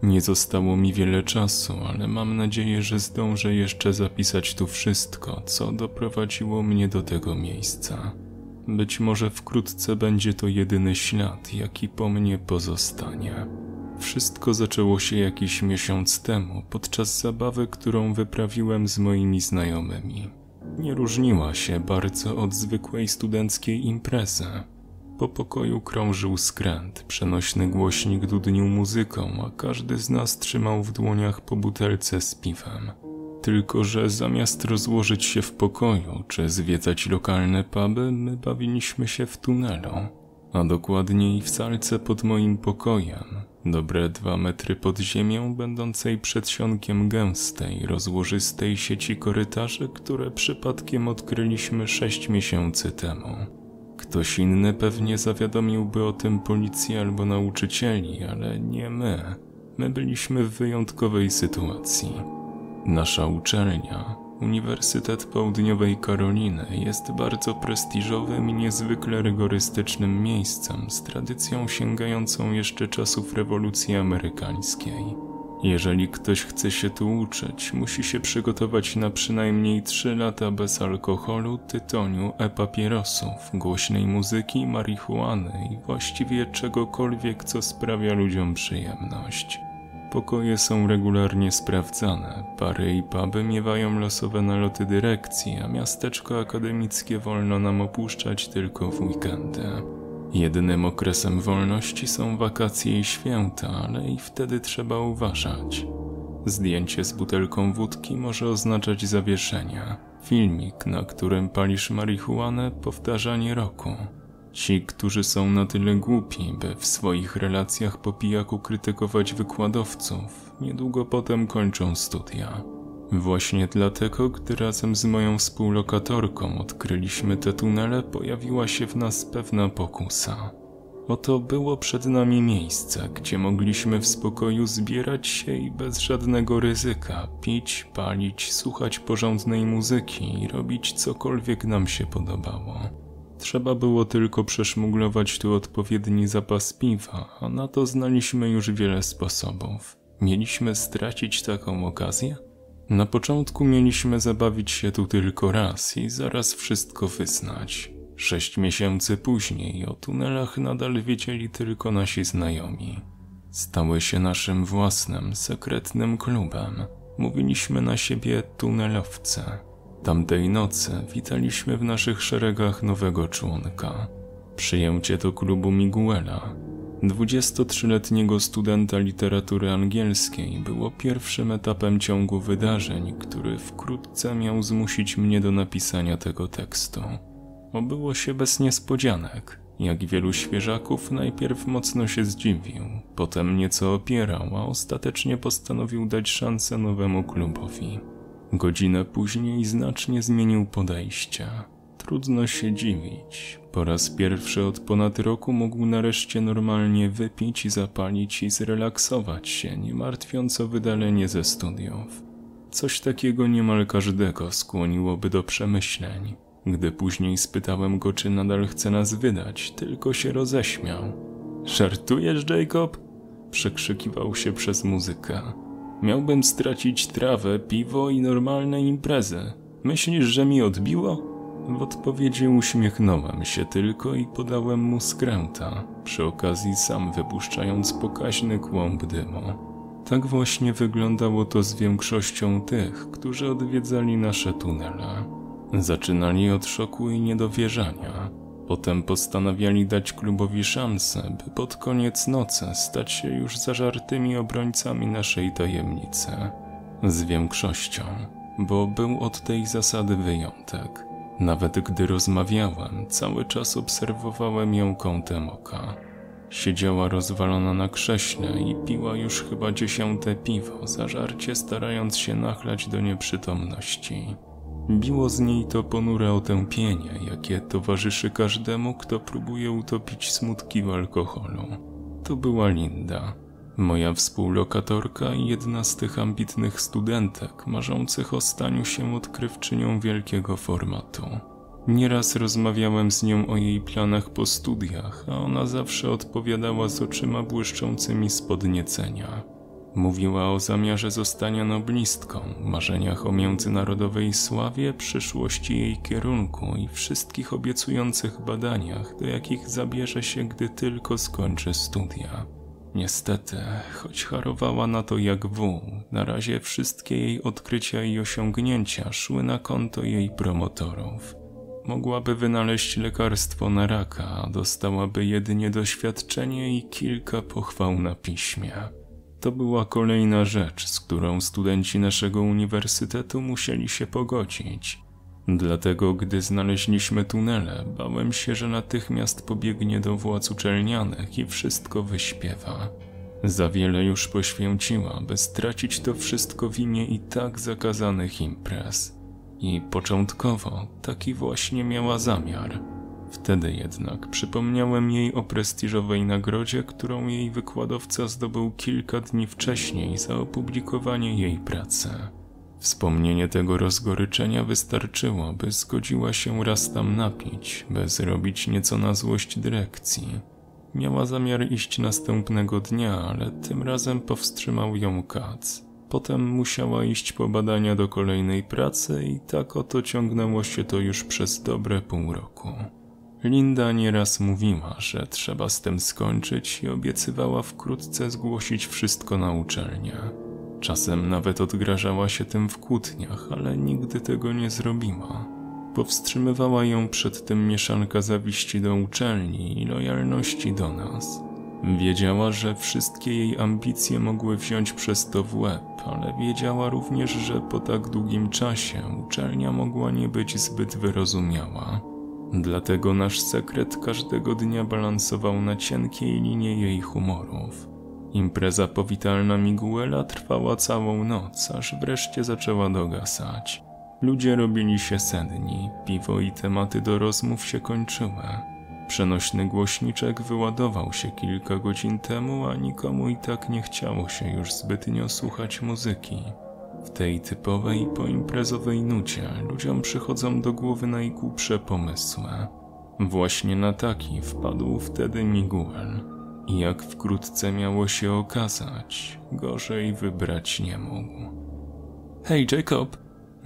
Nie zostało mi wiele czasu, ale mam nadzieję, że zdążę jeszcze zapisać tu wszystko, co doprowadziło mnie do tego miejsca. Być może wkrótce będzie to jedyny ślad, jaki po mnie pozostanie. Wszystko zaczęło się jakiś miesiąc temu, podczas zabawy, którą wyprawiłem z moimi znajomymi. Nie różniła się bardzo od zwykłej studenckiej imprezy. Po pokoju krążył skręt, przenośny głośnik dudnił muzyką, a każdy z nas trzymał w dłoniach po butelce z piwem. Tylko że zamiast rozłożyć się w pokoju czy zwiedzać lokalne puby, my bawiliśmy się w tunelu, a dokładniej w salce pod moim pokojem, dobre 2 metry pod ziemią, będącej przedsionkiem gęstej, rozłożystej sieci korytarzy, które przypadkiem odkryliśmy 6 miesięcy temu. Ktoś inny pewnie zawiadomiłby o tym policję albo nauczycieli, ale nie my. My byliśmy w wyjątkowej sytuacji. Nasza uczelnia, Uniwersytet Południowej Karoliny, jest bardzo prestiżowym i niezwykle rygorystycznym miejscem z tradycją sięgającą jeszcze czasów rewolucji amerykańskiej. Jeżeli ktoś chce się tu uczyć, musi się przygotować na przynajmniej 3 lata bez alkoholu, tytoniu, papierosów, głośnej muzyki, marihuany i właściwie czegokolwiek, co sprawia ludziom przyjemność. Pokoje są regularnie sprawdzane, bary i puby miewają losowe naloty dyrekcji, a miasteczko akademickie wolno nam opuszczać tylko w weekendy. Jedynym okresem wolności są wakacje i święta, ale i wtedy trzeba uważać. Zdjęcie z butelką wódki może oznaczać zawieszenie. Filmik, na którym palisz marihuanę, powtarzanie roku. Ci, którzy są na tyle głupi, by w swoich relacjach po pijaku krytykować wykładowców, niedługo potem kończą studia. Właśnie dlatego, gdy razem z moją współlokatorką odkryliśmy te tunele, pojawiła się w nas pewna pokusa. Oto było przed nami miejsce, gdzie mogliśmy w spokoju zbierać się i bez żadnego ryzyka pić, palić, słuchać porządnej muzyki i robić cokolwiek nam się podobało. Trzeba było tylko przeszmuglować tu odpowiedni zapas piwa, a na to znaliśmy już wiele sposobów. Mieliśmy stracić taką okazję? Na początku mieliśmy zabawić się tu tylko raz i zaraz wszystko wyznać. 6 miesięcy później o tunelach nadal wiedzieli tylko nasi znajomi. Stały się naszym własnym, sekretnym klubem. Mówiliśmy na siebie tunelowcy. Tamtej nocy witaliśmy w naszych szeregach nowego członka. Przyjęcie do klubu Miguela, 23-letniego studenta literatury angielskiej, było pierwszym etapem ciągu wydarzeń, który wkrótce miał zmusić mnie do napisania tego tekstu. Obyło się bez niespodzianek. Jak wielu świeżaków, najpierw mocno się zdziwił, potem nieco opierał, a ostatecznie postanowił dać szansę nowemu klubowi. Godzinę później znacznie zmienił podejście. Trudno się dziwić. Po raz pierwszy od ponad roku mógł nareszcie normalnie wypić, zapalić i zrelaksować się, nie martwiąc o wydalenie ze studiów. Coś takiego niemal każdego skłoniłoby do przemyśleń. Gdy później spytałem go, czy nadal chce nas wydać, tylko się roześmiał. „Żartujesz, Jacob?” przekrzykiwał się przez muzykę. „Miałbym stracić trawę, piwo i normalne imprezy. Myślisz, że mi odbiło?” W odpowiedzi uśmiechnąłem się tylko i podałem mu skręta, przy okazji sam wypuszczając pokaźny kłąb dymu. Tak właśnie wyglądało to z większością tych, którzy odwiedzali nasze tunele. Zaczynali od szoku i niedowierzania. Potem postanawiali dać klubowi szansę, by pod koniec nocy stać się już zażartymi obrońcami naszej tajemnicy. Z większością, bo był od tej zasady wyjątek. Nawet gdy rozmawiałem, cały czas obserwowałem ją kątem oka. Siedziała rozwalona na krześle i piła już chyba 10. piwo, zażarcie starając się nachlać do nieprzytomności. Biło z niej to ponure otępienie, jakie towarzyszy każdemu, kto próbuje utopić smutki w alkoholu. To była Linda, moja współlokatorka i jedna z tych ambitnych studentek, marzących o staniu się odkrywczynią wielkiego formatu. Nieraz rozmawiałem z nią o jej planach po studiach, a ona zawsze odpowiadała z oczyma błyszczącymi z podniecenia. Mówiła o zamiarze zostania noblistką, marzeniach o międzynarodowej sławie, przyszłości jej kierunku i wszystkich obiecujących badaniach, do jakich zabierze się, gdy tylko skończy studia. Niestety, choć harowała na to jak wół, na razie wszystkie jej odkrycia i osiągnięcia szły na konto jej promotorów. Mogłaby wynaleźć lekarstwo na raka, a dostałaby jedynie doświadczenie i kilka pochwał na piśmie. To była kolejna rzecz, z którą studenci naszego uniwersytetu musieli się pogodzić. Dlatego, gdy znaleźliśmy tunele, bałem się, że natychmiast pobiegnie do władz uczelnianych i wszystko wyśpiewa. Za wiele już poświęciła, by stracić to wszystko w imię i tak zakazanych imprez. I początkowo taki właśnie miała zamiar. Wtedy jednak przypomniałem jej o prestiżowej nagrodzie, którą jej wykładowca zdobył kilka dni wcześniej za opublikowanie jej pracy. Wspomnienie tego rozgoryczenia wystarczyło, by zgodziła się raz tam napić, by zrobić nieco na złość dyrekcji. Miała zamiar iść następnego dnia, ale tym razem powstrzymał ją Katz. Potem musiała iść po badania do kolejnej pracy i tak oto ciągnęło się to już przez dobre pół roku. Linda nieraz mówiła, że trzeba z tym skończyć i obiecywała wkrótce zgłosić wszystko na uczelnię. Czasem nawet odgrażała się tym w kłótniach, ale nigdy tego nie zrobiła. Powstrzymywała ją przed tym mieszanka zawiści do uczelni i lojalności do nas. Wiedziała, że wszystkie jej ambicje mogły wziąć przez to w łeb, ale wiedziała również, że po tak długim czasie uczelnia mogła nie być zbyt wyrozumiała. Dlatego nasz sekret każdego dnia balansował na cienkiej linie jej humorów. Impreza powitalna Miguela trwała całą noc, aż wreszcie zaczęła dogasać. Ludzie robili się senni, piwo i tematy do rozmów się kończyły. Przenośny głośniczek wyładował się kilka godzin temu, a nikomu i tak nie chciało się już zbytnio słuchać muzyki. W tej typowej poimprezowej nucie ludziom przychodzą do głowy najgłupsze pomysły. Właśnie na taki wpadł wtedy Miguel. I jak wkrótce miało się okazać, gorzej wybrać nie mógł. Hej, Jacob!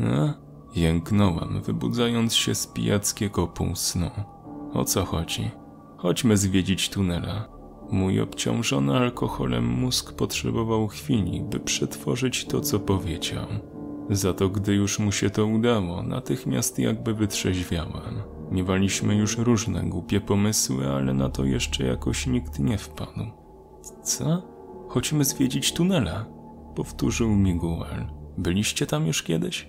Jęknąłem, wybudzając się z pijackiego półsnu. O co chodzi? Chodźmy zwiedzić tunele. Mój obciążony alkoholem mózg potrzebował chwili, by przetworzyć to, co powiedział. Za to, gdy już mu się to udało, natychmiast jakby wytrzeźwiałem. Miewaliśmy już różne głupie pomysły, ale na to jeszcze jakoś nikt nie wpadł. Co? Chodźmy zwiedzić tunele, powtórzył Miguel. Byliście tam już kiedyś?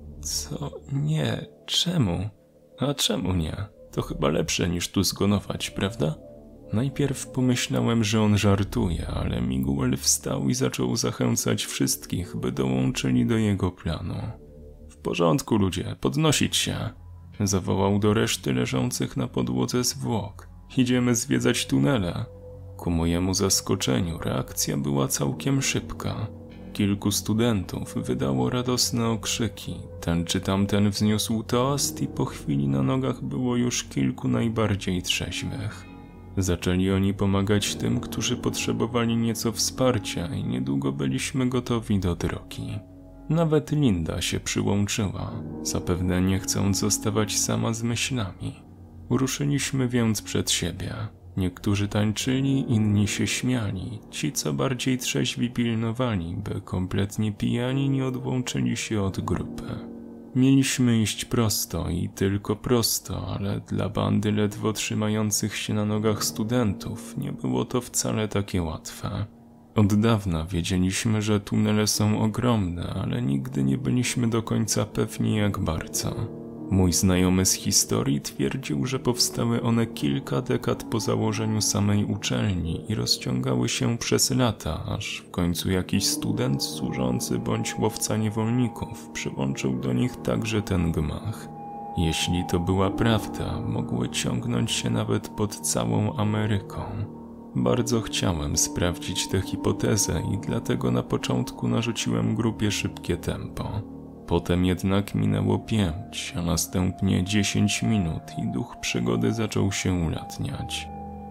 Co? Nie. Czemu? A czemu nie? To chyba lepsze niż tu zgonować, prawda? Najpierw pomyślałem, że on żartuje, ale Miguel wstał i zaczął zachęcać wszystkich, by dołączyli do jego planu. W porządku, ludzie, podnosić się! Zawołał do reszty leżących na podłodze zwłok. Idziemy zwiedzać tunele. Ku mojemu zaskoczeniu reakcja była całkiem szybka. Kilku studentów wydało radosne okrzyki. Ten czy tamten wzniósł toast i po chwili na nogach było już kilku najbardziej trzeźwych. Zaczęli oni pomagać tym, którzy potrzebowali nieco wsparcia i niedługo byliśmy gotowi do drogi. Nawet Linda się przyłączyła, zapewne nie chcąc zostawać sama z myślami. Ruszyliśmy więc przed siebie. Niektórzy tańczyli, inni się śmiali, ci co bardziej trzeźwi pilnowali, by kompletnie pijani nie odłączyli się od grupy. Mieliśmy iść prosto i tylko prosto, ale dla bandy ledwo trzymających się na nogach studentów nie było to wcale takie łatwe. Od dawna wiedzieliśmy, że tunele są ogromne, ale nigdy nie byliśmy do końca pewni jak bardzo. Mój znajomy z historii twierdził, że powstały one kilka dekad po założeniu samej uczelni i rozciągały się przez lata, aż w końcu jakiś student służący bądź łowca niewolników przyłączył do nich także ten gmach. Jeśli to była prawda, mogły ciągnąć się nawet pod całą Ameryką. Bardzo chciałem sprawdzić tę hipotezę i dlatego na początku narzuciłem grupie szybkie tempo. Potem jednak minęło 5, a następnie 10 minut i duch przygody zaczął się ulatniać.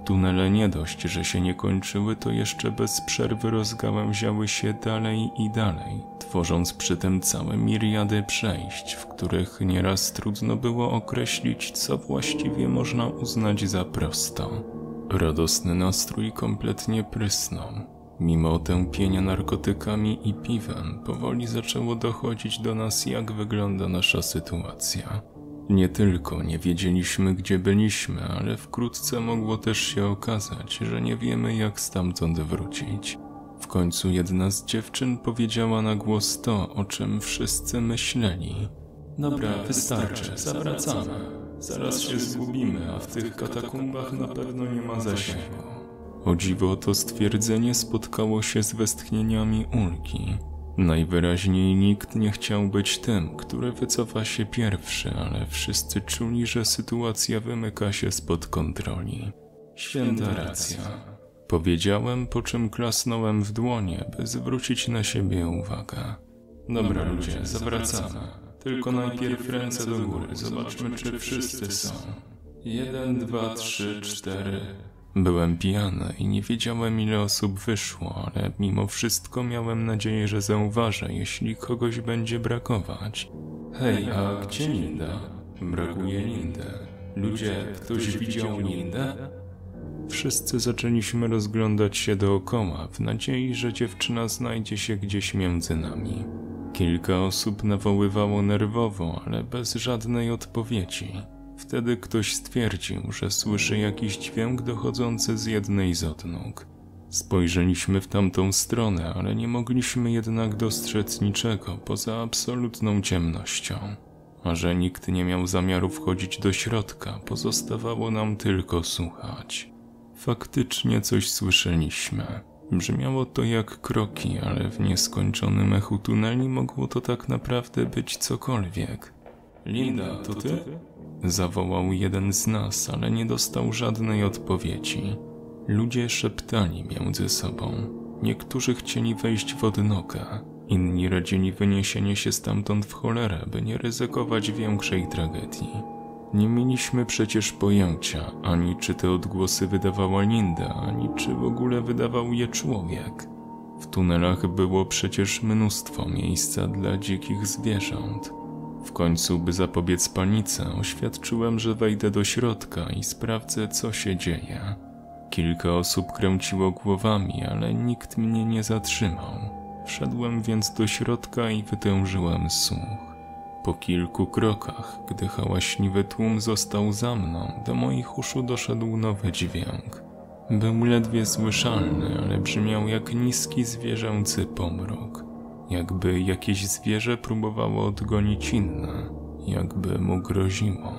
Tunele nie dość, że się nie kończyły, to jeszcze bez przerwy rozgałęziały się dalej i dalej, tworząc przy tym całe miriady przejść, w których nieraz trudno było określić, co właściwie można uznać za prosto. Radosny nastrój kompletnie prysnął. Mimo tępienia narkotykami i piwem, powoli zaczęło dochodzić do nas, jak wygląda nasza sytuacja. Nie tylko nie wiedzieliśmy, gdzie byliśmy, ale wkrótce mogło też się okazać, że nie wiemy, jak stamtąd wrócić. W końcu jedna z dziewczyn powiedziała na głos to, o czym wszyscy myśleli. Dobra, wystarczy, zawracamy. Zaraz się zgubimy, a w tych katakumbach na pewno nie ma zasięgu. O dziwo, to stwierdzenie spotkało się z westchnieniami ulgi. Najwyraźniej nikt nie chciał być tym, który wycofa się pierwszy, ale wszyscy czuli, że sytuacja wymyka się spod kontroli. Święta racja. Powiedziałem, po czym klasnąłem w dłonie, by zwrócić na siebie uwagę. Dobra ludzie, zawracamy. Tylko najpierw ręce do góry, zobaczmy, czy wszyscy są. 1, 2, 3, 4... Byłem pijany i nie wiedziałem, ile osób wyszło, ale mimo wszystko miałem nadzieję, że zauważę, jeśli kogoś będzie brakować. Hej, a gdzie Linda? Brakuje Lindy. Ludzie, ktoś widział Lindę? Wszyscy zaczęliśmy rozglądać się dookoła, w nadziei, że dziewczyna znajdzie się gdzieś między nami. Kilka osób nawoływało nerwowo, ale bez żadnej odpowiedzi. Wtedy ktoś stwierdził, że słyszy jakiś dźwięk dochodzący z jednej z odnóg. Spojrzeliśmy w tamtą stronę, ale nie mogliśmy jednak dostrzec niczego poza absolutną ciemnością. A że nikt nie miał zamiaru wchodzić do środka, pozostawało nam tylko słuchać. Faktycznie coś słyszeliśmy. Brzmiało to jak kroki, ale w nieskończonym echu tuneli mogło to tak naprawdę być cokolwiek. Linda, to ty? Zawołał jeden z nas, ale nie dostał żadnej odpowiedzi. Ludzie szeptali między sobą. Niektórzy chcieli wejść w odnogę, inni radzili wyniesienie się stamtąd w cholerę, by nie ryzykować większej tragedii. Nie mieliśmy przecież pojęcia, ani czy te odgłosy wydawała Linda, ani czy w ogóle wydawał je człowiek. W tunelach było przecież mnóstwo miejsca dla dzikich zwierząt. W końcu, by zapobiec panice, oświadczyłem, że wejdę do środka i sprawdzę, co się dzieje. Kilka osób kręciło głowami, ale nikt mnie nie zatrzymał. Wszedłem więc do środka i wytężyłem słuch. Po kilku krokach, gdy hałaśliwy tłum został za mną, do moich uszu doszedł nowy dźwięk. Był ledwie słyszalny, ale brzmiał jak niski zwierzęcy pomruk. Jakby jakieś zwierzę próbowało odgonić inne, jakby mu groziło.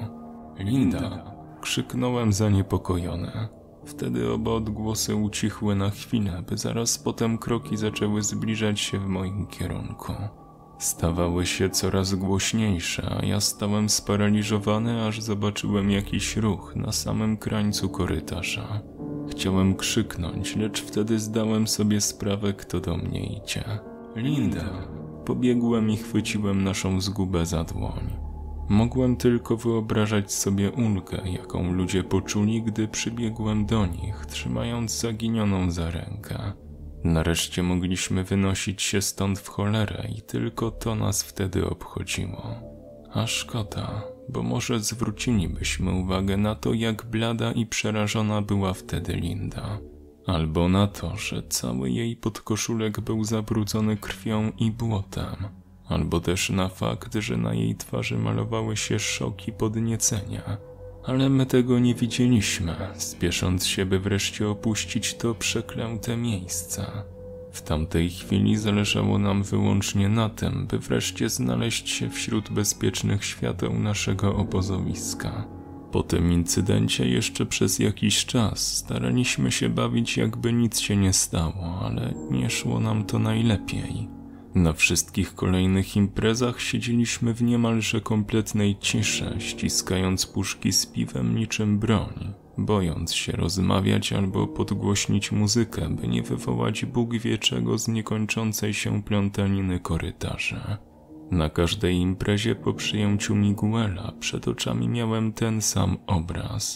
Linda! Krzyknąłem zaniepokojony. Wtedy oba odgłosy ucichły na chwilę, by zaraz potem kroki zaczęły zbliżać się w moim kierunku. Stawały się coraz głośniejsze, a ja stałem sparaliżowany, aż zobaczyłem jakiś ruch na samym krańcu korytarza. Chciałem krzyknąć, lecz wtedy zdałem sobie sprawę, kto do mnie idzie. Linda! Pobiegłem i chwyciłem naszą zgubę za dłoń. Mogłem tylko wyobrażać sobie ulgę, jaką ludzie poczuli, gdy przybiegłem do nich, trzymając zaginioną za rękę. Nareszcie mogliśmy wynosić się stąd w cholerę i tylko to nas wtedy obchodziło. A szkoda, bo może zwrócilibyśmy uwagę na to, jak blada i przerażona była wtedy Linda. Albo na to, że cały jej podkoszulek był zabrudzony krwią i błotem. Albo też na fakt, że na jej twarzy malowały się szok i podniecenia. Ale my tego nie widzieliśmy, spiesząc się, by wreszcie opuścić to przeklęte miejsce. W tamtej chwili zależało nam wyłącznie na tym, by wreszcie znaleźć się wśród bezpiecznych świateł naszego obozowiska. Po tym incydencie jeszcze przez jakiś czas staraliśmy się bawić, jakby nic się nie stało, ale nie szło nam to najlepiej. Na wszystkich kolejnych imprezach siedzieliśmy w niemalże kompletnej ciszy, ściskając puszki z piwem niczym broń, bojąc się rozmawiać albo podgłośnić muzykę, by nie wywołać Bóg wie czego z niekończącej się plątaniny korytarza. Na każdej imprezie po przyjęciu Miguela przed oczami miałem ten sam obraz.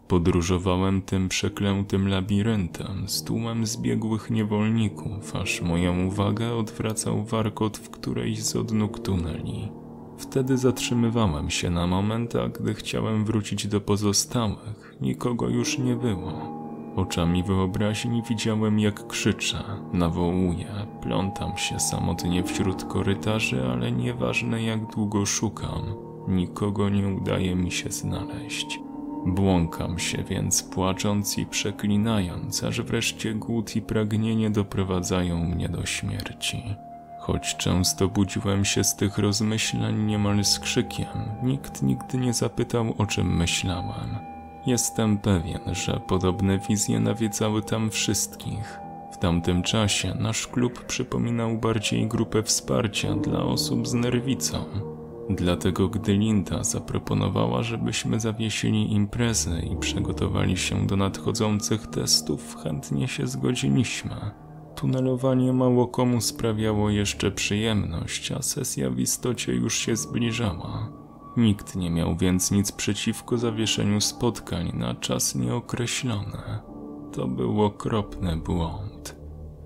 Podróżowałem tym przeklętym labiryntem z tłumem zbiegłych niewolników, aż moją uwagę odwracał warkot w którejś z odnóg tuneli. Wtedy zatrzymywałem się na moment, a gdy chciałem wrócić do pozostałych, nikogo już nie było. Oczami wyobraźni widziałem, jak krzyczę, nawołuję, plątam się samotnie wśród korytarzy, ale nieważne jak długo szukam, nikogo nie udaje mi się znaleźć. Błąkam się więc płacząc i przeklinając, aż wreszcie głód i pragnienie doprowadzają mnie do śmierci. Choć często budziłem się z tych rozmyślań niemal z krzykiem, nikt nigdy nie zapytał, o czym myślałem. Jestem pewien, że podobne wizje nawiedzały tam wszystkich. W tamtym czasie nasz klub przypominał bardziej grupę wsparcia dla osób z nerwicą. Dlatego gdy Linda zaproponowała, żebyśmy zawiesili imprezę i przygotowali się do nadchodzących testów, chętnie się zgodziliśmy. Tunelowanie mało komu sprawiało jeszcze przyjemność, a sesja w istocie już się zbliżała. Nikt nie miał więc nic przeciwko zawieszeniu spotkań na czas nieokreślony. To był okropny błąd.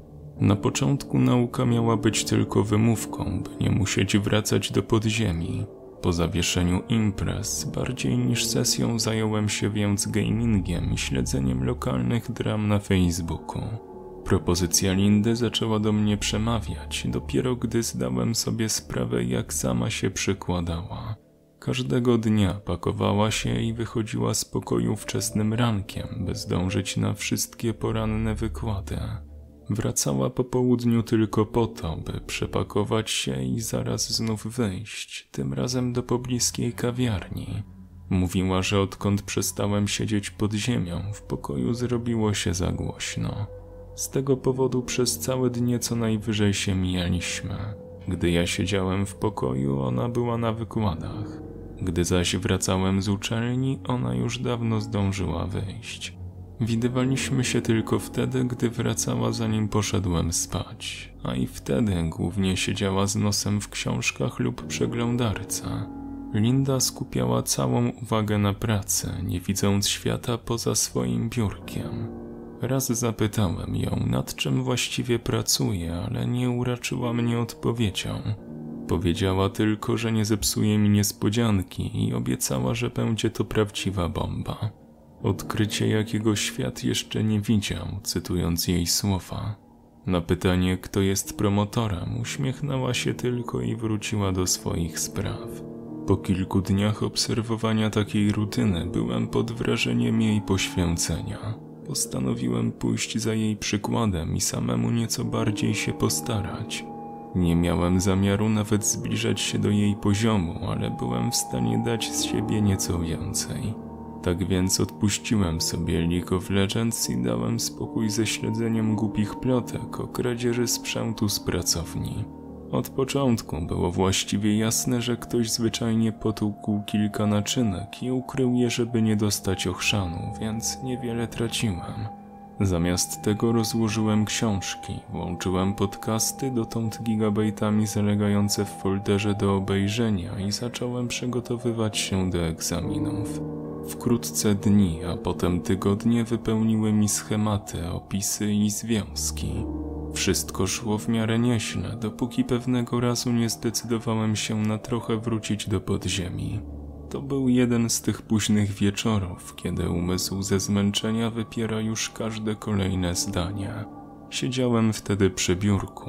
Na początku nauka miała być tylko wymówką, by nie musieć wracać do podziemi. Po zawieszeniu imprez, bardziej niż sesją, zająłem się więc gamingiem i śledzeniem lokalnych dram na Facebooku. Propozycja Lindy zaczęła do mnie przemawiać, dopiero gdy zdałem sobie sprawę, jak sama się przykładała. Każdego dnia pakowała się i wychodziła z pokoju wczesnym rankiem, by zdążyć na wszystkie poranne wykłady. Wracała po południu tylko po to, by przepakować się i zaraz znów wyjść, tym razem do pobliskiej kawiarni. Mówiła, że odkąd przestałem siedzieć pod ziemią, w pokoju zrobiło się za głośno. Z tego powodu przez całe dnie co najwyżej się mijaliśmy. Gdy ja siedziałem w pokoju, ona była na wykładach. Gdy zaś wracałem z uczelni, ona już dawno zdążyła wyjść. Widywaliśmy się tylko wtedy, gdy wracała, zanim poszedłem spać, a i wtedy głównie siedziała z nosem w książkach lub przeglądarce. Linda skupiała całą uwagę na pracy, nie widząc świata poza swoim biurkiem. Raz zapytałem ją, nad czym właściwie pracuje, ale nie uraczyła mnie odpowiedzią. Powiedziała tylko, że nie zepsuje mi niespodzianki i obiecała, że będzie to prawdziwa bomba. Odkrycie, jakiego świat jeszcze nie widział, cytując jej słowa. Na pytanie, kto jest promotorem, uśmiechnęła się tylko i wróciła do swoich spraw. Po kilku dniach obserwowania takiej rutyny byłem pod wrażeniem jej poświęcenia. Postanowiłem pójść za jej przykładem i samemu nieco bardziej się postarać. Nie miałem zamiaru nawet zbliżać się do jej poziomu, ale byłem w stanie dać z siebie nieco więcej. Tak więc odpuściłem sobie League of Legends i dałem spokój ze śledzeniem głupich plotek o kradzieży sprzętu z pracowni. Od początku było właściwie jasne, że ktoś zwyczajnie potłukł kilka naczynek i ukrył je, żeby nie dostać ochrzanu, więc niewiele traciłem. Zamiast tego rozłożyłem książki, włączyłem podcasty, dotąd gigabajtami zalegające w folderze do obejrzenia i zacząłem przygotowywać się do egzaminów. Wkrótce dni, a potem tygodnie wypełniły mi schematy, opisy i związki. Wszystko szło w miarę nieźle, dopóki pewnego razu nie zdecydowałem się na trochę wrócić do podziemi. To był jeden z tych późnych wieczorów, kiedy umysł ze zmęczenia wypiera już każde kolejne zdanie. Siedziałem wtedy przy biurku,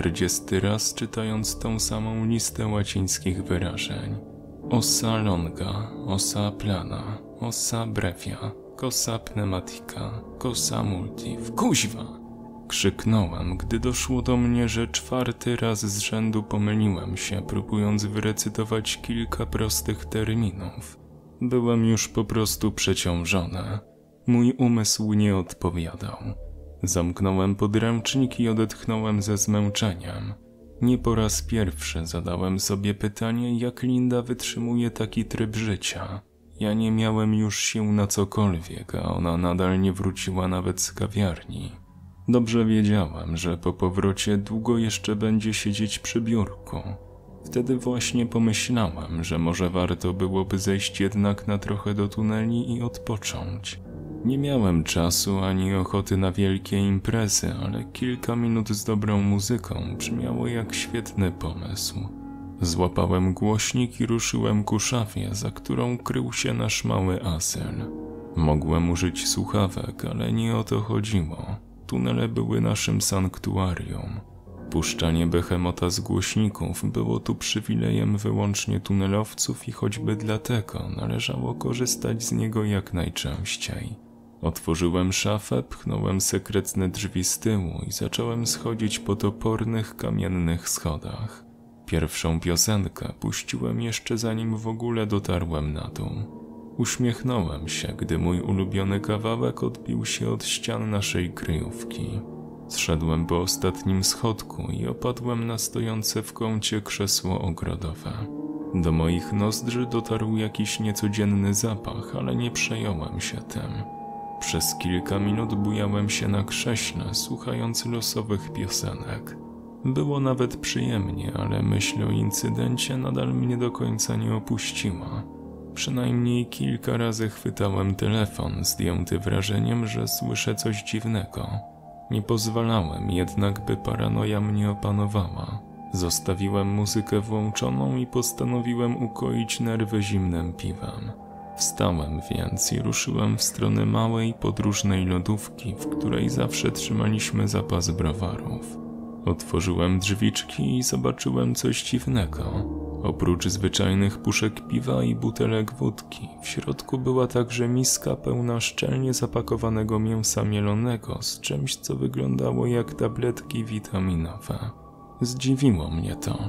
40 raz czytając tą samą listę łacińskich wyrażeń. Ossa longa, ossa plana, ossa brevia, cosa pneumatica, cosa multi. Kuźwa! Krzyknąłem, gdy doszło do mnie, że 4. raz z rzędu pomyliłem się, próbując wyrecytować kilka prostych terminów. Byłem już po prostu przeciążony. Mój umysł nie odpowiadał. Zamknąłem podręcznik i odetchnąłem ze zmęczeniem. Nie po raz pierwszy zadałem sobie pytanie, jak Linda wytrzymuje taki tryb życia. Ja nie miałem już sił na cokolwiek, a ona nadal nie wróciła nawet z kawiarni. Dobrze wiedziałem, że po powrocie długo jeszcze będzie siedzieć przy biurku. Wtedy właśnie pomyślałem, że może warto byłoby zejść jednak na trochę do tuneli i odpocząć. Nie miałem czasu ani ochoty na wielkie imprezy, ale kilka minut z dobrą muzyką brzmiało jak świetny pomysł. Złapałem głośnik i ruszyłem ku szafie, za którą krył się nasz mały asyl. Mogłem użyć słuchawek, ale nie o to chodziło. Tunele były naszym sanktuarium. Puszczanie Behemota z głośników było tu przywilejem wyłącznie tunelowców i choćby dlatego należało korzystać z niego jak najczęściej. Otworzyłem szafę, pchnąłem sekretne drzwi z tyłu i zacząłem schodzić po topornych, kamiennych schodach. Pierwszą piosenkę puściłem jeszcze zanim w ogóle dotarłem na dół. Uśmiechnąłem się, gdy mój ulubiony kawałek odbił się od ścian naszej kryjówki. Zszedłem po ostatnim schodku i opadłem na stojące w kącie krzesło ogrodowe. Do moich nozdrzy dotarł jakiś niecodzienny zapach, ale nie przejąłem się tym. Przez kilka minut bujałem się na krześle, słuchając losowych piosenek. Było nawet przyjemnie, ale myśl o incydencie nadal mnie do końca nie opuściła. Przynajmniej kilka razy chwytałem telefon, zdjęty wrażeniem, że słyszę coś dziwnego. Nie pozwalałem jednak, by paranoja mnie opanowała. Zostawiłem muzykę włączoną i postanowiłem ukoić nerwy zimnym piwem. Wstałem więc i ruszyłem w stronę małej, podróżnej lodówki, w której zawsze trzymaliśmy zapas browarów. Otworzyłem drzwiczki i zobaczyłem coś dziwnego. Oprócz zwyczajnych puszek piwa i butelek wódki, w środku była także miska pełna szczelnie zapakowanego mięsa mielonego z czymś, co wyglądało jak tabletki witaminowe. Zdziwiło mnie to.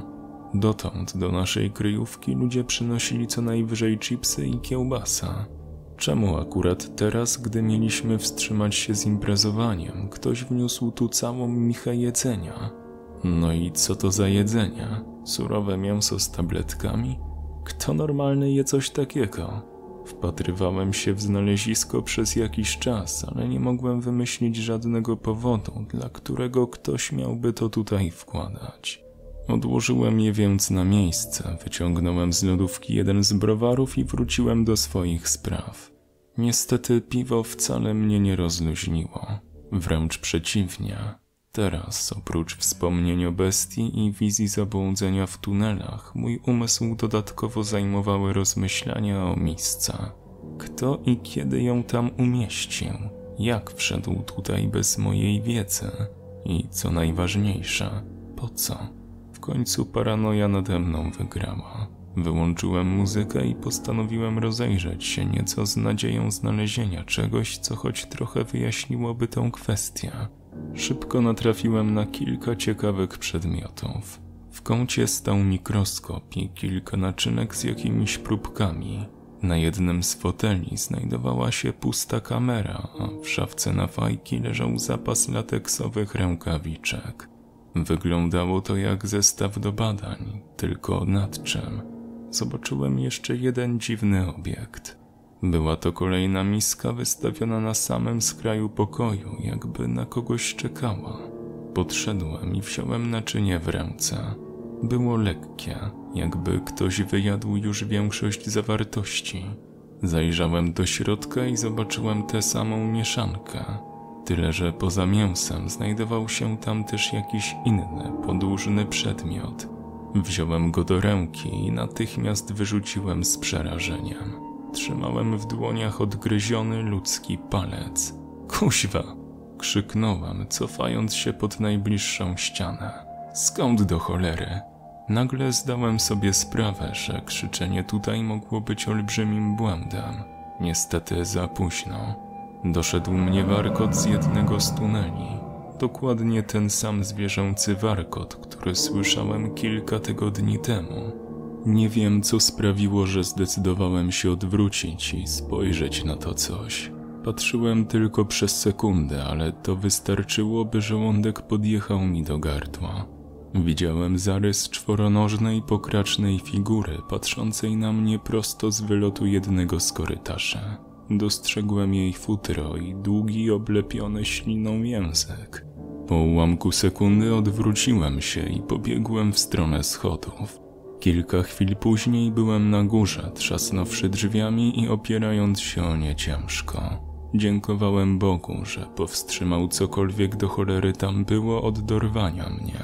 Dotąd do naszej kryjówki ludzie przynosili co najwyżej chipsy i kiełbasa. Czemu akurat teraz, gdy mieliśmy wstrzymać się z imprezowaniem, ktoś wniósł tu całą michę jedzenia? No i co to za jedzenie? Surowe mięso z tabletkami? Kto normalny je coś takiego? Wpatrywałem się w znalezisko przez jakiś czas, ale nie mogłem wymyślić żadnego powodu, dla którego ktoś miałby to tutaj wkładać. Odłożyłem je więc na miejsce, wyciągnąłem z lodówki jeden z browarów i wróciłem do swoich spraw. Niestety piwo wcale mnie nie rozluźniło. Wręcz przeciwnie. Teraz, oprócz wspomnień o bestii i wizji zabłądzenia w tunelach, mój umysł dodatkowo zajmowały rozmyślania o misce. Kto i kiedy ją tam umieścił? Jak wszedł tutaj bez mojej wiedzy? I co najważniejsze, po co? W końcu paranoja nade mną wygrała. Wyłączyłem muzykę i postanowiłem rozejrzeć się nieco z nadzieją znalezienia czegoś, co choć trochę wyjaśniłoby tę kwestię. Szybko natrafiłem na kilka ciekawych przedmiotów. W kącie stał mikroskop i kilka naczynek z jakimiś próbkami. Na jednym z foteli znajdowała się pusta kamera, a w szafce na fajki leżał zapas lateksowych rękawiczek. Wyglądało to jak zestaw do badań, tylko nad czym? Zobaczyłem jeszcze jeden dziwny obiekt. Była to kolejna miska wystawiona na samym skraju pokoju, jakby na kogoś czekała. Podszedłem i wziąłem naczynie w ręce. Było lekkie, jakby ktoś wyjadł już większość zawartości. Zajrzałem do środka i zobaczyłem tę samą mieszankę. Tyle, że poza mięsem znajdował się tam też jakiś inny, podłużny przedmiot. Wziąłem go do ręki i natychmiast wyrzuciłem z przerażeniem. Trzymałem w dłoniach odgryziony ludzki palec. Kuźwa! Krzyknąłem, cofając się pod najbliższą ścianę. Skąd do cholery? Nagle zdałem sobie sprawę, że krzyczenie tutaj mogło być olbrzymim błędem. Niestety za późno. Doszedł mnie warkot z jednego z tuneli. Dokładnie ten sam zwierzęcy warkot, który słyszałem kilka tygodni temu. Nie wiem, co sprawiło, że zdecydowałem się odwrócić i spojrzeć na to coś. Patrzyłem tylko przez sekundę, ale to wystarczyło, by żołądek podjechał mi do gardła. Widziałem zarys czworonożnej, pokracznej figury patrzącej na mnie prosto z wylotu jednego z korytarzy. Dostrzegłem jej futro i długi, oblepiony śliną język. Po ułamku sekundy odwróciłem się i pobiegłem w stronę schodów. Kilka chwil później byłem na górze, trzasnąwszy drzwiami i opierając się o nie ciężko. Dziękowałem Bogu, że powstrzymał cokolwiek do cholery tam było od dorwania mnie.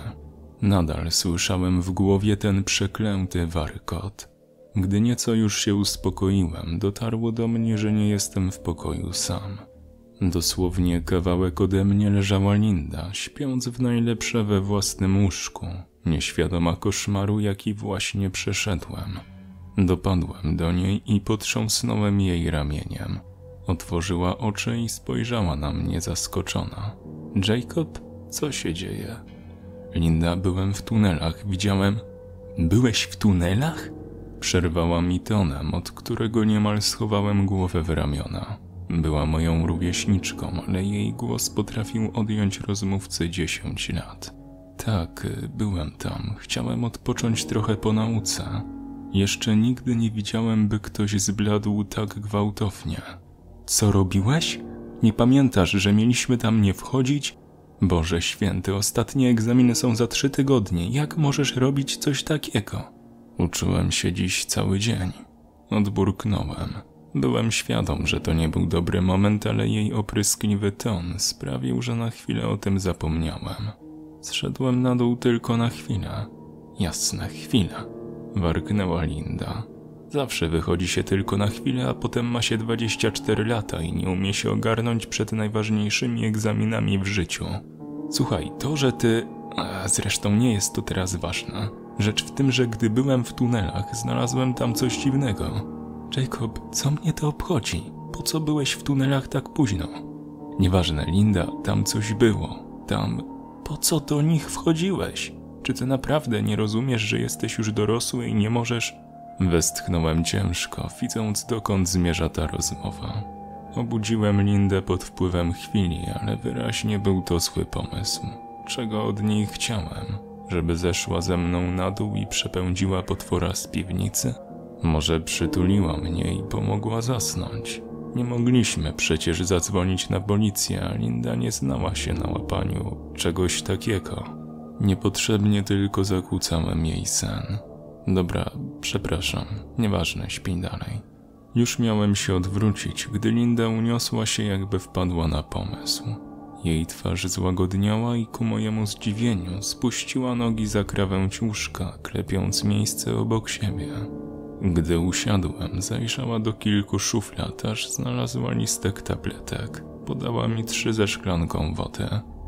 Nadal słyszałem w głowie ten przeklęty warkot. Gdy nieco już się uspokoiłem, dotarło do mnie, że nie jestem w pokoju sam. Dosłownie kawałek ode mnie leżała Linda, śpiąc w najlepsze we własnym łóżku, nieświadoma koszmaru, jaki właśnie przeszedłem. Dopadłem do niej i potrząsnąłem jej ramieniem. Otworzyła oczy i spojrzała na mnie zaskoczona. Jacob, co się dzieje? Linda, byłem w tunelach, widziałem... Byłeś w tunelach? Przerwała mi tonem, od którego niemal schowałem głowę w ramiona. Była moją rówieśniczką, ale jej głos potrafił odjąć rozmówcy 10 lat. Tak, byłem tam. Chciałem odpocząć trochę po nauce. Jeszcze nigdy nie widziałem, by ktoś zbladł tak gwałtownie. Co robiłeś? Nie pamiętasz, że mieliśmy tam nie wchodzić? Boże święty, ostatnie egzaminy są za 3 tygodnie. Jak możesz robić coś takiego? Uczyłem się dziś cały dzień. Odburknąłem. Byłem świadom, że to nie był dobry moment, ale jej opryskliwy ton sprawił, że na chwilę o tym zapomniałem. Zszedłem na dół tylko na chwilę. Jasna chwila. Warknęła Linda. Zawsze wychodzi się tylko na chwilę, a potem ma się 24 lata i nie umie się ogarnąć przed najważniejszymi egzaminami w życiu. Słuchaj, to, że ty... zresztą nie jest to teraz ważne. Rzecz w tym, że gdy byłem w tunelach, znalazłem tam coś dziwnego. Jacob, co mnie to obchodzi? Po co byłeś w tunelach tak późno? Nieważne, Linda, tam coś było. Tam... Po co do nich wchodziłeś? Czy ty naprawdę nie rozumiesz, że jesteś już dorosły i nie możesz... Westchnąłem ciężko, widząc dokąd zmierza ta rozmowa. Obudziłem Lindę pod wpływem chwili, ale wyraźnie był to zły pomysł. Czego od niej chciałem? Żeby zeszła ze mną na dół i przepędziła potwora z piwnicy? Może przytuliła mnie i pomogła zasnąć? Nie mogliśmy przecież zadzwonić na policję, a Linda nie znała się na łapaniu czegoś takiego. Niepotrzebnie tylko zakłócałem jej sen. Dobra, przepraszam, nieważne, śpi dalej. Już miałem się odwrócić, gdy Linda uniosła się, jakby wpadła na pomysł. Jej twarz złagodniała i ku mojemu zdziwieniu spuściła nogi za krawędź łóżka, klepiąc miejsce obok siebie. Gdy usiadłem, zajrzała do kilku szuflad, aż znalazła listek tabletek. Podała mi 3 ze szklanką wody.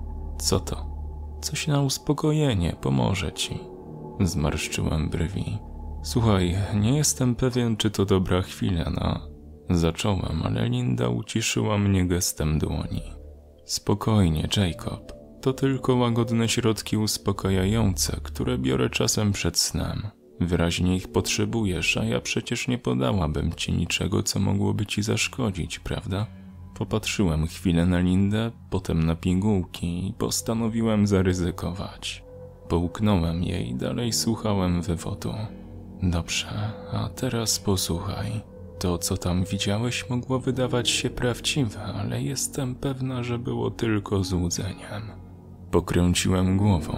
Co to? Coś na uspokojenie, pomoże ci. Zmarszczyłem brwi. Słuchaj, nie jestem pewien, czy to dobra chwila na... Zacząłem, ale Linda uciszyła mnie gestem dłoni. Spokojnie, Jacob. To tylko łagodne środki uspokajające, które biorę czasem przed snem. Wyraźnie ich potrzebujesz, a ja przecież nie podałabym ci niczego, co mogłoby ci zaszkodzić, prawda? Popatrzyłem chwilę na Lindę, potem na pigułki i postanowiłem zaryzykować. Połknąłem je i dalej słuchałem wywodu. Dobrze, a teraz posłuchaj. To, co tam widziałeś, mogło wydawać się prawdziwe, ale jestem pewna, że było tylko złudzeniem. Pokręciłem głową.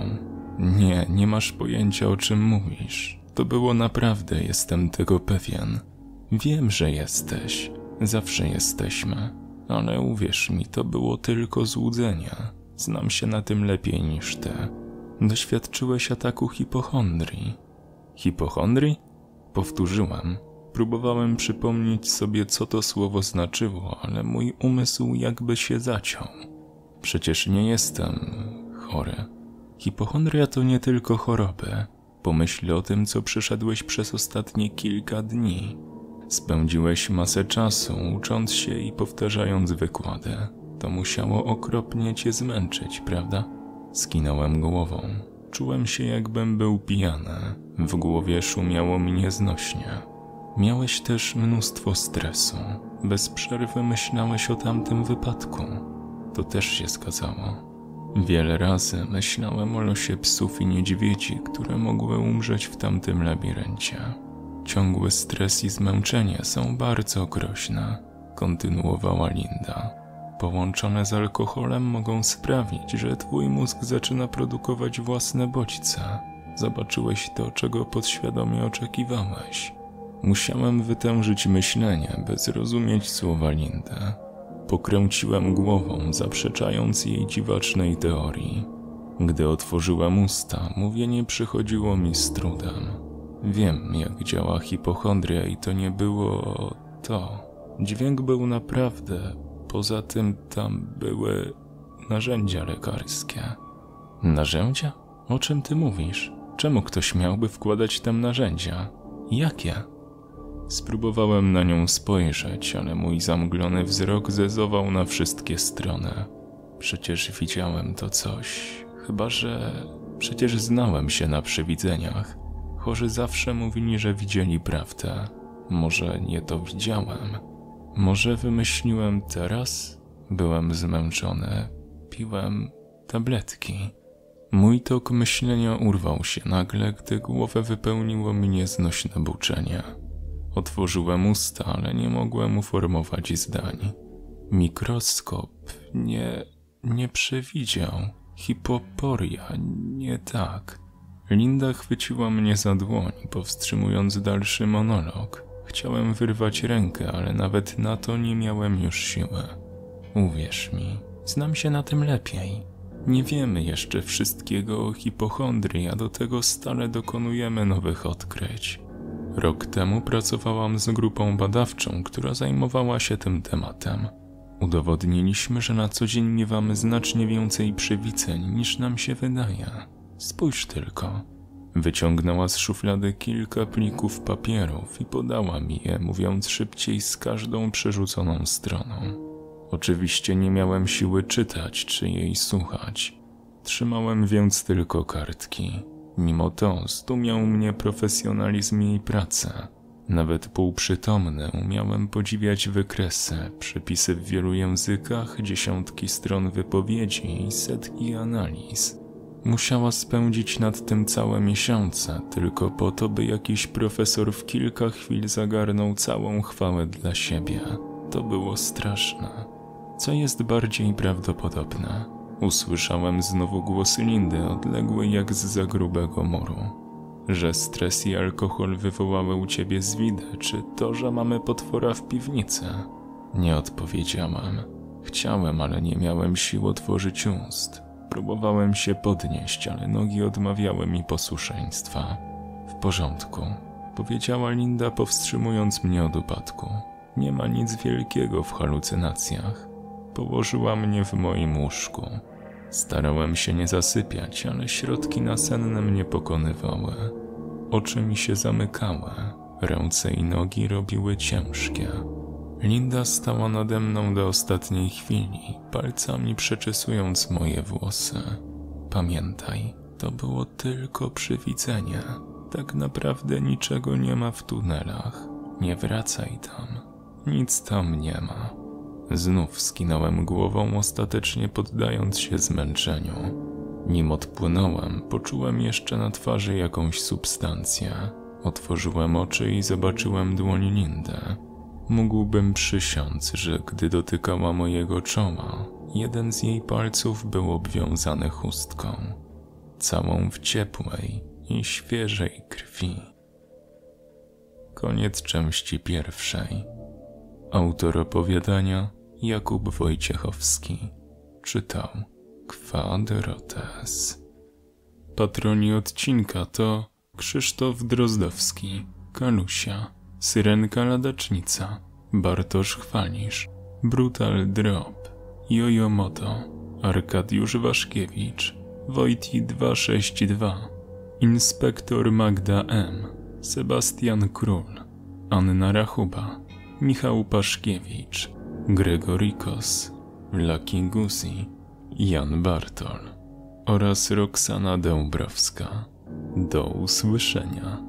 Nie masz pojęcia, o czym mówisz. To było naprawdę, jestem tego pewien. Wiem, że jesteś. Zawsze jesteśmy. Ale uwierz mi, to było tylko złudzenie. Znam się na tym lepiej niż ty. Doświadczyłeś ataku hipochondrii. Hipochondrii? Powtórzyłem. Próbowałem przypomnieć sobie, co to słowo znaczyło, ale mój umysł jakby się zaciął. Przecież nie jestem chory. Hipochondria to nie tylko choroby. Pomyśl o tym, co przeszedłeś przez ostatnie kilka dni. Spędziłeś masę czasu, ucząc się i powtarzając wykłady. To musiało okropnie cię zmęczyć, prawda? Skinąłem głową. Czułem się, jakbym był pijany. W głowie szumiało mi nieznośnie. Miałeś też mnóstwo stresu. Bez przerwy myślałeś o tamtym wypadku. To też się zgadzało. Wiele razy myślałem o losie psów i niedźwiedzi, które mogły umrzeć w tamtym labiryncie. Ciągły stres i zmęczenie są bardzo groźne, kontynuowała Linda. Połączone z alkoholem mogą sprawić, że twój mózg zaczyna produkować własne bodźce. Zobaczyłeś to, czego podświadomie oczekiwałeś. Musiałem wytężyć myślenie, by zrozumieć słowa Lindy. pokręciłem głową, zaprzeczając jej dziwacznej teorii. Gdy otworzyłem usta, mówienie przychodziło mi z trudem. Wiem, jak działa hipochondria i to nie było to. Dźwięk był naprawdę, poza tym tam były narzędzia lekarskie. Narzędzia? O czym ty mówisz? Czemu ktoś miałby wkładać tam narzędzia? Jakie? Spróbowałem na nią spojrzeć, ale mój zamglony wzrok zezował na wszystkie strony. Przecież widziałem to coś, chyba że przecież znałem się na przewidzeniach. Chorzy zawsze mówili, że widzieli prawdę. Może nie to widziałem. Może wymyśliłem teraz? Byłem zmęczony. Piłem tabletki. Mój tok myślenia urwał się nagle, gdy głowę wypełniło mi nieznośne buczenie. Otworzyłem usta, ale nie mogłem uformować zdań. Mikroskop nie przewidział. Hipoporia, nie tak. Linda chwyciła mnie za dłoń, powstrzymując dalszy monolog. Chciałem wyrwać rękę, ale nawet na to nie miałem już siły. Uwierz mi, znam się na tym lepiej. Nie wiemy jeszcze wszystkiego o hipochondrii, a do tego stale dokonujemy nowych odkryć. Rok temu pracowałam z grupą badawczą, która zajmowała się tym tematem. Udowodniliśmy, że na co dzień miewamy znacznie więcej przewidzeń, niż nam się wydaje. Spójrz tylko. Wyciągnęła z szuflady kilka plików papierów i podała mi je, mówiąc szybciej z każdą przerzuconą stroną. Oczywiście nie miałem siły czytać czy jej słuchać. Trzymałem więc tylko kartki. Mimo to zdumiał mnie profesjonalizm jej pracy. Nawet półprzytomny umiałem podziwiać wykresy, przepisy w wielu językach, dziesiątki stron wypowiedzi i setki analiz. Musiała spędzić nad tym całe miesiące, tylko po to, by jakiś profesor w kilka chwil zagarnął całą chwałę dla siebie. To było straszne. Co jest bardziej prawdopodobne? Usłyszałem znowu głos Lindy, odległy jak zza grubego muru. Że stres i alkohol wywołały u ciebie zwidy, czy to, że mamy potwora w piwnicy? Nie odpowiedziałem. Chciałem, ale nie miałem sił otworzyć ust. Próbowałem się podnieść, ale nogi odmawiały mi posłuszeństwa. W porządku, powiedziała Linda, powstrzymując mnie od upadku. Nie ma nic wielkiego w halucynacjach. Położyła mnie w moim łóżku. Starałem się nie zasypiać, ale środki nasenne mnie pokonywały. Oczy mi się zamykały, ręce i nogi robiły ciężkie. Linda stała nade mną do ostatniej chwili, palcami przeczesując moje włosy. Pamiętaj, to było tylko przywidzenie. Tak naprawdę niczego nie ma w tunelach. Nie wracaj tam. Nic tam nie ma. Znów skinąłem głową, ostatecznie poddając się zmęczeniu. Nim odpłynąłem, poczułem jeszcze na twarzy jakąś substancję. Otworzyłem oczy i zobaczyłem dłoń Lindy. Mógłbym przysiąc, że gdy dotykała mojego czoła, jeden z jej palców był obwiązany chustką. Całą w ciepłej i świeżej krwi. Koniec części pierwszej. Autor opowiadania Jakub Wojciechowski. Czytał Kwadrates. Patroni odcinka to Krzysztof Drozdowski, Kalusia, Syrenka Ladacznica, Bartosz Chwalisz, Brutal Drop, Jojo Moto, Arkadiusz Waszkiewicz, Wojti 262, Inspektor Magda M., Sebastian Król, Anna Rachuba, Michał Paszkiewicz, Gregorikos, Lucky Guzi, Jan Bartol oraz Roxana Dębrowska. Do usłyszenia.